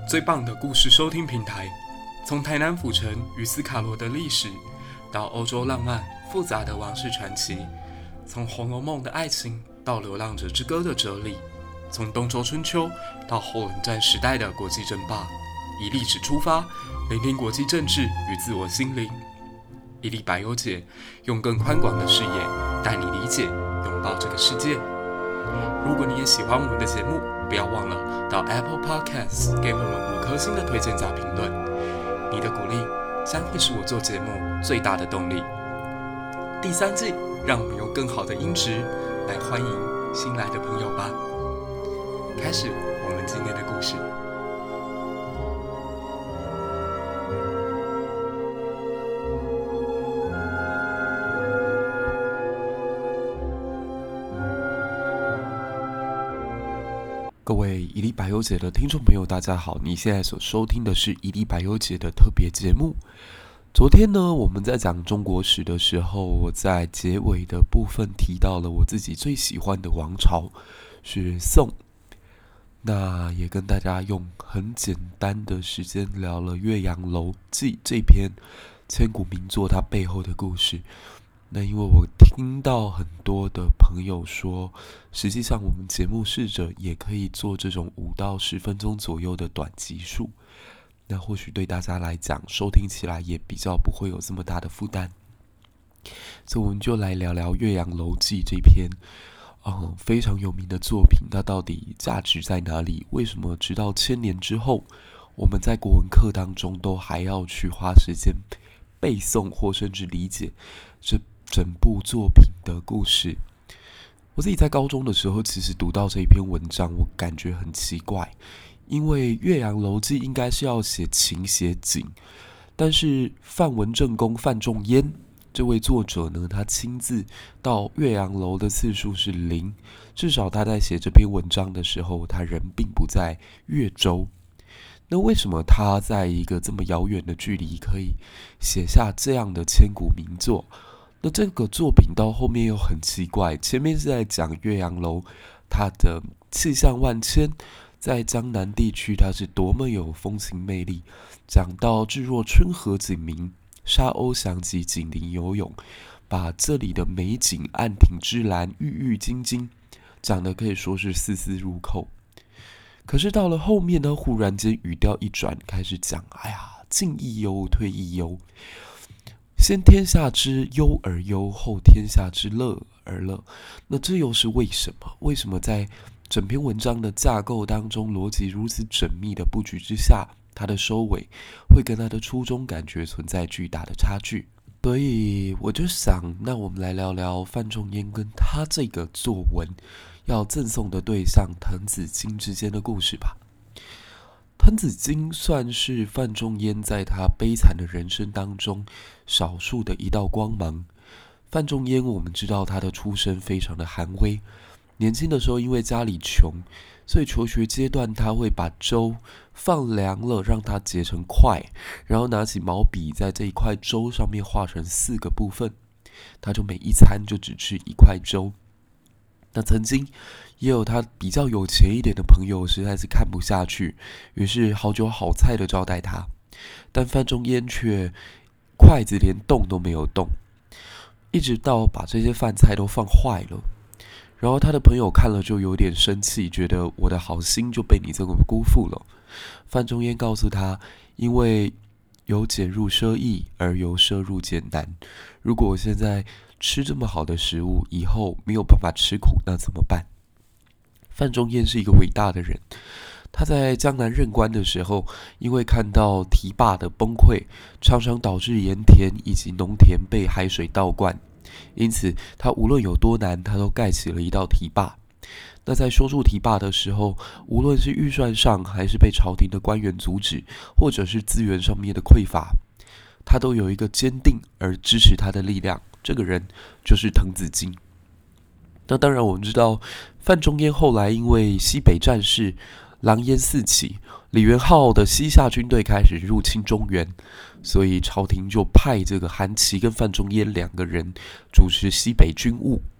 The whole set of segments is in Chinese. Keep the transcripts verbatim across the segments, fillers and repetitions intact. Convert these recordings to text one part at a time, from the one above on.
最棒的故事收听平台，从台南府城与斯卡罗的历史，到欧洲浪漫复杂的王室传奇，从《红楼梦》的爱情到《流浪者之歌》的哲理，从东周春秋到后冷战时代的国际争霸，以历史出发，聆听国际政治与自我心灵。一粒百忧解，用更宽广的视野带你理解、拥抱这个世界。如果你也喜欢我们的节目，不要忘了到 Apple Podcasts 给我们五颗星的推荐加评论。你的鼓励将会是我做节目最大的动力。第三季，让我们用更好的音质来欢迎新来的朋友吧。开始我们今天的故事。各位一粒百忧解的听众朋友，大家好！你现在所收听的是一粒百忧解的特别节目。昨天呢，我们在讲中国史的时候，我在结尾的部分提到了我自己最喜欢的王朝是宋。那也跟大家用很简单的时间聊了《岳阳楼记》这篇千古名作它背后的故事。那因为我听到很多的朋友说，实际上我们节目试着也可以做这种五到十分钟左右的短集数，那或许对大家来讲收听起来也比较不会有这么大的负担。所以我们就来聊聊《岳阳楼记》这篇嗯非常有名的作品，它到底价值在哪里？为什么直到千年之后，我们在国文课当中都还要去花时间背诵或甚至理解这整部作品的故事？我自己在高中的时候，其实读到这一篇文章，我感觉很奇怪，因为《岳阳楼记》应该是要写情写景，但是范文正公范仲淹这位作者呢，他亲自到岳阳楼的次数是零，至少他在写这篇文章的时候，他人并不在岳州。那为什么他在一个这么遥远的距离可以写下这样的千古名作？那这个作品到后面又很奇怪，前面是在讲岳阳楼它的气象万千，在江南地区它是多么有风情魅力，讲到至若春和景明，沙鸥翔集，锦鳞游泳，把这里的美景岸挺之蓝，郁郁金金讲的可以说是丝丝入扣。可是到了后面呢，忽然间语调一转，开始讲哎呀，进亦忧，退亦忧，先天下之忧而忧，后天下之乐而乐。那这又是为什么？为什么在整篇文章的架构当中，逻辑如此缜密的布局之下，它的收尾会跟它的初衷感觉存在巨大的差距？所以我就想，那我们来聊聊范仲淹跟他这个作文要赠送的对象滕子京之间的故事吧。滕子京算是范仲淹在他悲惨的人生当中少数的一道光芒。范仲淹我们知道他的出身非常的寒微，年轻的时候因为家里穷，所以求学阶段他会把粥放凉了让它结成块，然后拿起毛笔在这一块粥上面画成四个部分，他就每一餐就只吃一块粥。那曾经也有他比较有钱一点的朋友实在是看不下去，于是好酒好菜的招待他，但范仲淹却筷子连动都没有动，一直到把这些饭菜都放坏了。然后他的朋友看了就有点生气，觉得我的好心就被你这么辜负了。范仲淹告诉他，因为由俭入奢易，而由奢入俭难。如果我现在吃这么好的食物，以后没有办法吃苦，那怎么办？范仲淹是一个伟大的人，他在江南任官的时候，因为看到堤坝的崩溃，常常导致盐田以及农田被海水倒灌，因此他无论有多难，他都盖起了一道堤坝。那在修筑堤坝的时候，无论是预算上，还是被朝廷的官员阻止，或者是资源上面的匮乏，他都有一个坚定而支持他的力量，这个人就是滕子京。那当然我们知道，范仲淹后来因为西北战事狼烟四起，李元昊的西夏军队开始入侵中原，所以朝廷就派这个韩琦跟范仲淹两个人主持西北军务。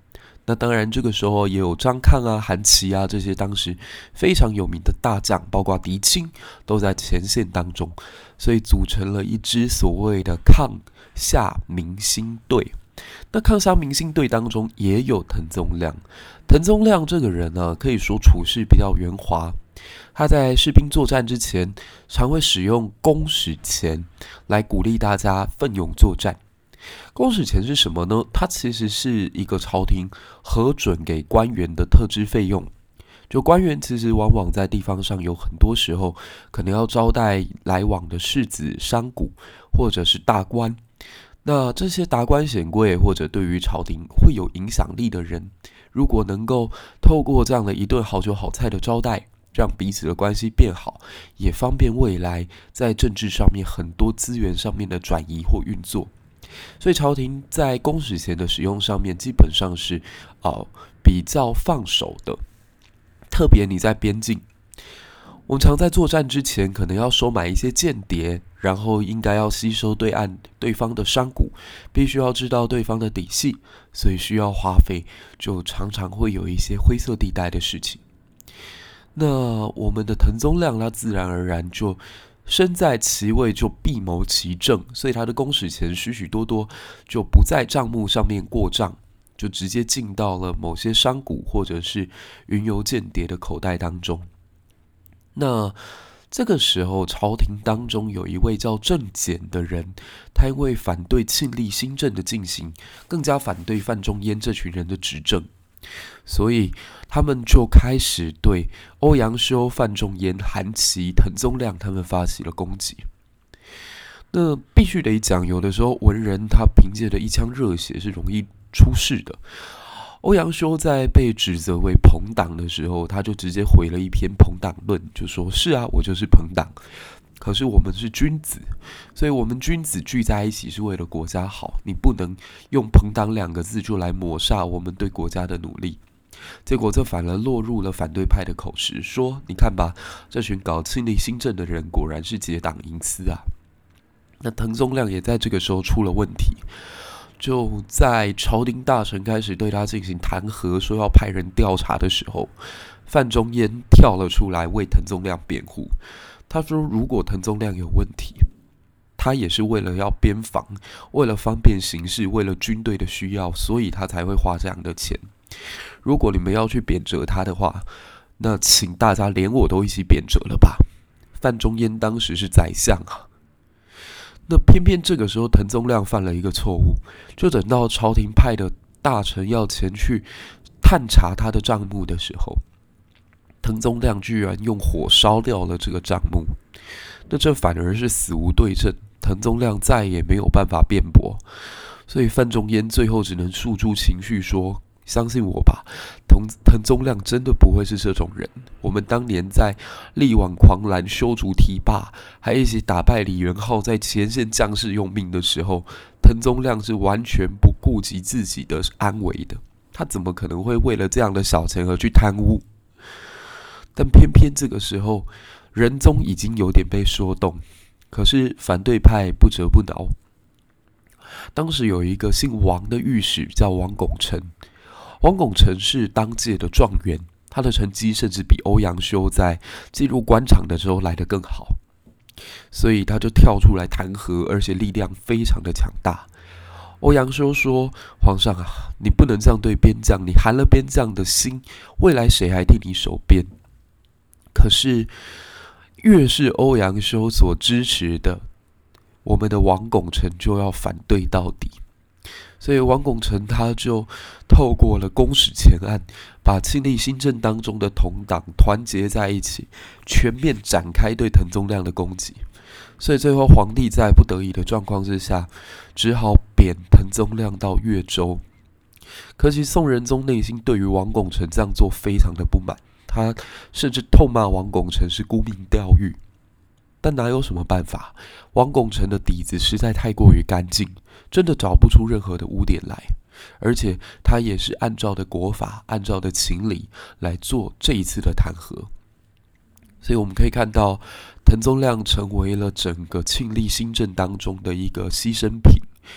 那当然，这个时候也有张抗啊、韩琦啊这些当时非常有名的大将，包括狄青都在前线当中，所以组成了一支所谓的抗夏明星队。那抗夏明星队当中也有滕宗亮。滕宗亮这个人呢，可以说处事比较圆滑。他在士兵作战之前，常会使用公使钱来鼓励大家奋勇作战。公使钱是什么呢？它其实是一个朝廷核准给官员的特支费用。就官员其实往往在地方上有很多时候可能要招待来往的士子、商贾或者是大官。那这些达官显贵或者对于朝廷会有影响力的人，如果能够透过这样的一顿好酒好菜的招待，让彼此的关系变好，也方便未来在政治上面很多资源上面的转移或运作。所以朝廷在公使钱的使用上面基本上是、呃、比较放手的，特别你在边境，我们常在作战之前可能要收买一些间谍，然后应该要吸收对岸对方的商贾，必须要知道对方的底细，所以需要花费，就常常会有一些灰色地带的事情。那我们的滕宗亮他自然而然就身在其位，就必谋其政，所以他的公使钱许许多多就不在账目上面过账，就直接进到了某些商贾或者是云游间谍的口袋当中。那这个时候朝廷当中有一位叫郑简的人，他因为反对庆历新政的进行，更加反对范仲淹这群人的执政，所以他们就开始对欧阳修、范仲淹、韩琦、滕宗亮他们发起了攻击。那必须得讲，有的时候文人他凭借着一腔热血是容易出事的。欧阳修在被指责为朋党的时候，他就直接回了一篇朋党论，就说是啊，我就是朋党，可是我们是君子，所以我们君子聚在一起是为了国家好，你不能用朋党两个字就来抹煞我们对国家的努力。结果这反而落入了反对派的口实，说你看吧，这群搞庆历新政的人果然是结党营私啊。那滕宗亮也在这个时候出了问题，就在朝廷大臣开始对他进行弹劾，说要派人调查的时候，范仲淹跳了出来为滕宗亮辩护。他说如果滕宗亮有问题，他也是为了要边防，为了方便行事，为了军队的需要，所以他才会花这样的钱。如果你们要去贬谪他的话，那请大家连我都一起贬谪了吧。范仲淹当时是宰相啊。那偏偏这个时候滕宗亮犯了一个错误，就等到朝廷派的大臣要前去探查他的账目的时候，滕宗亮居然用火烧掉了这个账目。那这反而是死无对证，滕宗亮再也没有办法辩驳，所以范仲淹最后只能诉诸情绪说，相信我吧，滕滕宗亮真的不会是这种人。我们当年在力挽狂澜、修筑堤坝，还一起打败李元昊，在前线将士用命的时候，滕宗亮是完全不顾及自己的安危的。他怎么可能会为了这样的小钱而去贪污？但偏偏这个时候，仁宗已经有点被说动，可是反对派不折不挠。当时有一个姓王的御史叫王拱辰，王拱辰是当届的状元，他的成绩甚至比欧阳修在进入官场的时候来得更好，所以他就跳出来弹劾，而且力量非常的强大。欧阳修说，皇上啊，你不能这样对边将，你寒了边将的心，未来谁还替你守边？可是越是欧阳修所支持的，我们的王拱辰就要反对到底。所以王拱辰他就透过了公使钱案，把庆历新政当中的同党团结在一起，全面展开对滕宗亮的攻击。所以最后皇帝在不得已的状况之下，只好贬滕宗亮到越州。可惜宋仁宗内心对于王拱辰这样做非常的不满，他甚至痛骂王拱辰是沽名钓誉。但哪有什么办法？王拱辰的底子实在太过于干净，真的找不出任何的污点来。而且他也是按照的国法，按照的情理来做这一次的弹劾。所以我们可以看到，滕宗亮成为了整个庆历新政当中的一个牺牲品。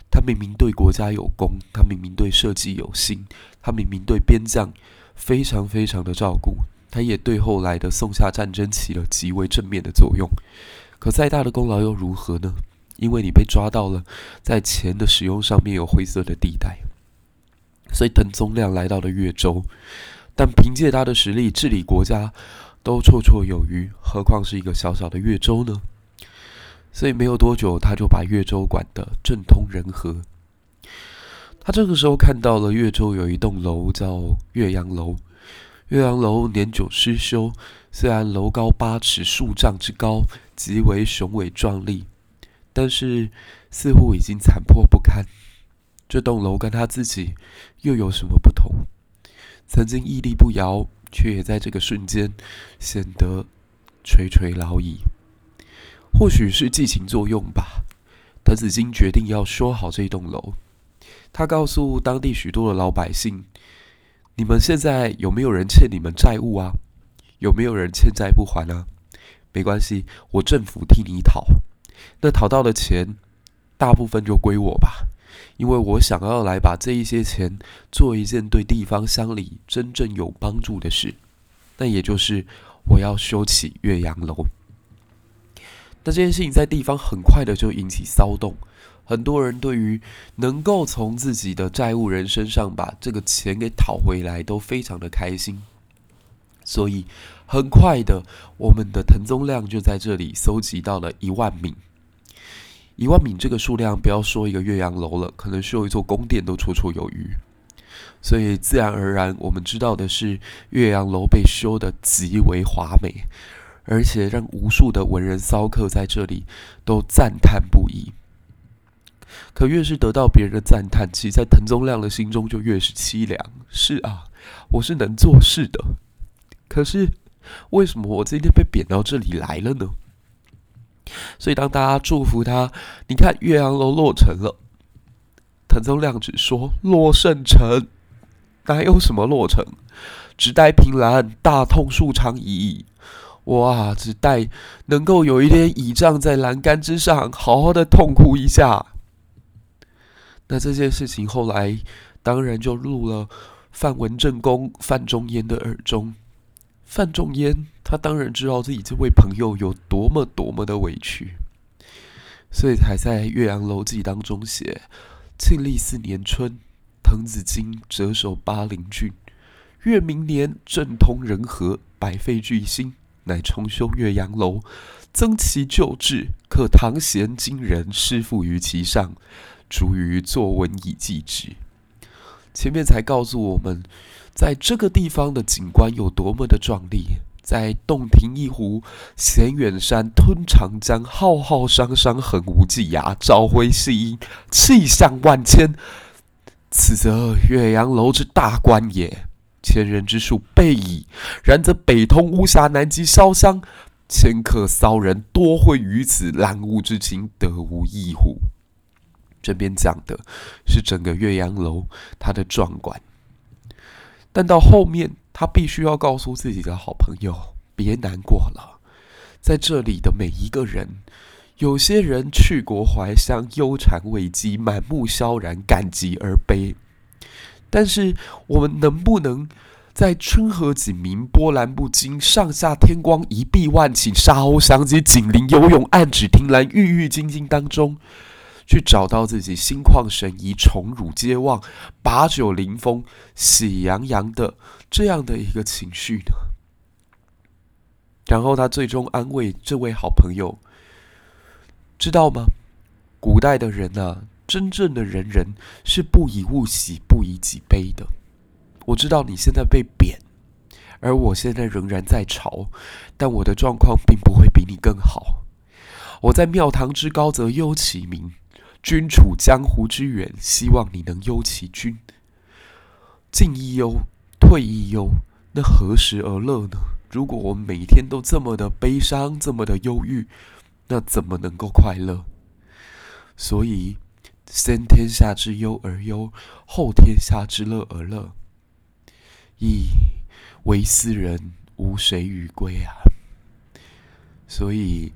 他明明对国家有功，他明明对设计有心，他明明对边将非常非常的照顾，他也对后来的宋夏战争起了极为正面的作用。可再大的功劳又如何呢？因为你被抓到了在钱的使用上面有灰色的地带。所以滕宗亮来到了越州，但凭借他的实力治理国家都绰绰有余，何况是一个小小的越州呢？所以没有多久，他就把越州管得政通人和。他这个时候看到了越州有一栋楼叫岳阳楼，岳阳楼年久失修，虽然楼高八尺数丈之高，极为雄伟壮丽，但是似乎已经残破不堪。这栋楼跟他自己又有什么不同？曾经屹立不摇，却也在这个瞬间显得垂垂老矣。或许是寄情作用吧，滕子京决定要修好这栋楼。他告诉当地许多的老百姓：“你们现在有没有人欠你们债务啊？有没有人欠债不还啊？没关系，我政府替你讨。那讨到的钱，大部分就归我吧。因为我想要来把这一些钱做一件对地方乡里真正有帮助的事，那也就是我要修起岳阳楼。”那这件事情在地方很快的就引起骚动，很多人对于能够从自己的债务人身上把这个钱给讨回来都非常的开心。所以很快的，我们的滕宗亮就在这里搜集到了一万闽。一万闽这个数量，不要说一个岳阳楼了，可能修一座宫殿都绰绰有余。所以自然而然，我们知道的是，岳阳楼被修得极为华美，而且让无数的文人骚客在这里都赞叹不已。可越是得到别人的赞叹，其实在滕宗亮的心中就越是凄凉。是啊，我是能做事的，可是为什么我今天被贬到这里来了呢？所以当大家祝福他，你看岳阳楼落成了，滕宗亮只说洛圣成，哪有什么落成？只待凭栏，大痛数长矣。哇，只待能够有一天倚仗在栏杆之上，好好的痛哭一下。那这件事情后来当然就入了范文正公范仲淹的耳中。范仲淹他当然知道自己这位朋友有多么多么的委屈，所以才在《岳阳楼记》当中写：庆历四年春，滕子京谪守巴陵郡。越明年，政通人和，百废具兴，乃重修岳阳楼，增其旧制，刻唐贤今人诗赋于其上，逐于作文以记之。前面才告诉我们，在这个地方的景观有多么的壮丽，在洞庭一湖，衔远山，吞长江，浩浩汤汤，横无际涯，朝晖夕阴，气象万千。此则岳阳楼之大观也。千人之数备矣，然则北通巫峡，南极潇湘，迁客骚人多会于此，览物之情得无异乎？这边讲的是整个岳阳楼它的壮观，但到后面他必须要告诉自己的好朋友，别难过了，在这里的每一个人，有些人去国怀乡，忧谗畏讥，满目萧然，感极而悲。但是我们能不能在春和景明，波澜不惊，上下天光，一碧万顷，沙鸥翔集，锦鳞游泳，暗指听澜，郁郁津津当中，去找到自己心旷神怡，宠辱皆忘，把酒临风，喜洋洋的这样的一个情绪呢？然后他最终安慰这位好朋友，知道吗？古代的人啊，真正的仁人是不以物喜，不以己悲的。我知道你现在被贬，而我现在仍然在朝，但我的状况并不会比你更好。我在庙堂之高则忧其民，君处江湖之远，希望你能忧其君。进亦忧，退亦忧，那何时而乐呢？如果我们每天都这么的悲伤，这么的忧郁，那怎么能够快乐？所以先天下之忧而忧，后天下之乐而乐。亦为斯人，无谁与归啊！所以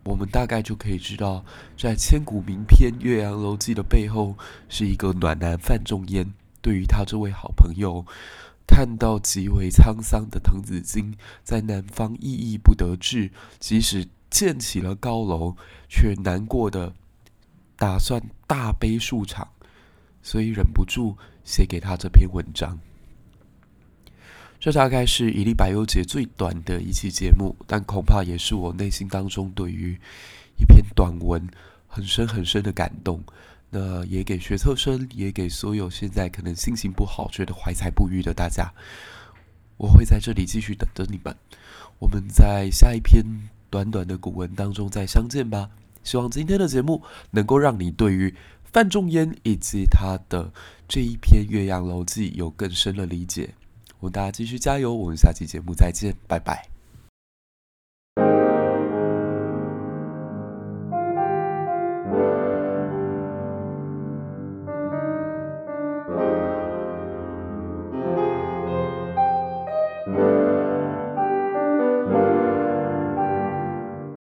我们大概就可以知道，在千古名篇《岳阳楼记》的背后，是一个暖男范仲淹对于他这位好朋友，看到极为沧桑的滕子京在南方郁郁不得志，即使建起了高楼，却难过的打算大悲数场，所以忍不住写给他这篇文章。这大概是一粒百忧解最短的一期节目，但恐怕也是我内心当中对于一篇短文很深很深的感动。那也给学测生，也给所有现在可能心情不好、觉得怀才不遇的大家，我会在这里继续等着你们。我们在下一篇短短的古文当中再相见吧。希望今天的节目能够让你对于范仲淹以及他的这一篇《岳阳楼记》有更深的理解。我们大家继续加油，我们下期节目再见，拜拜。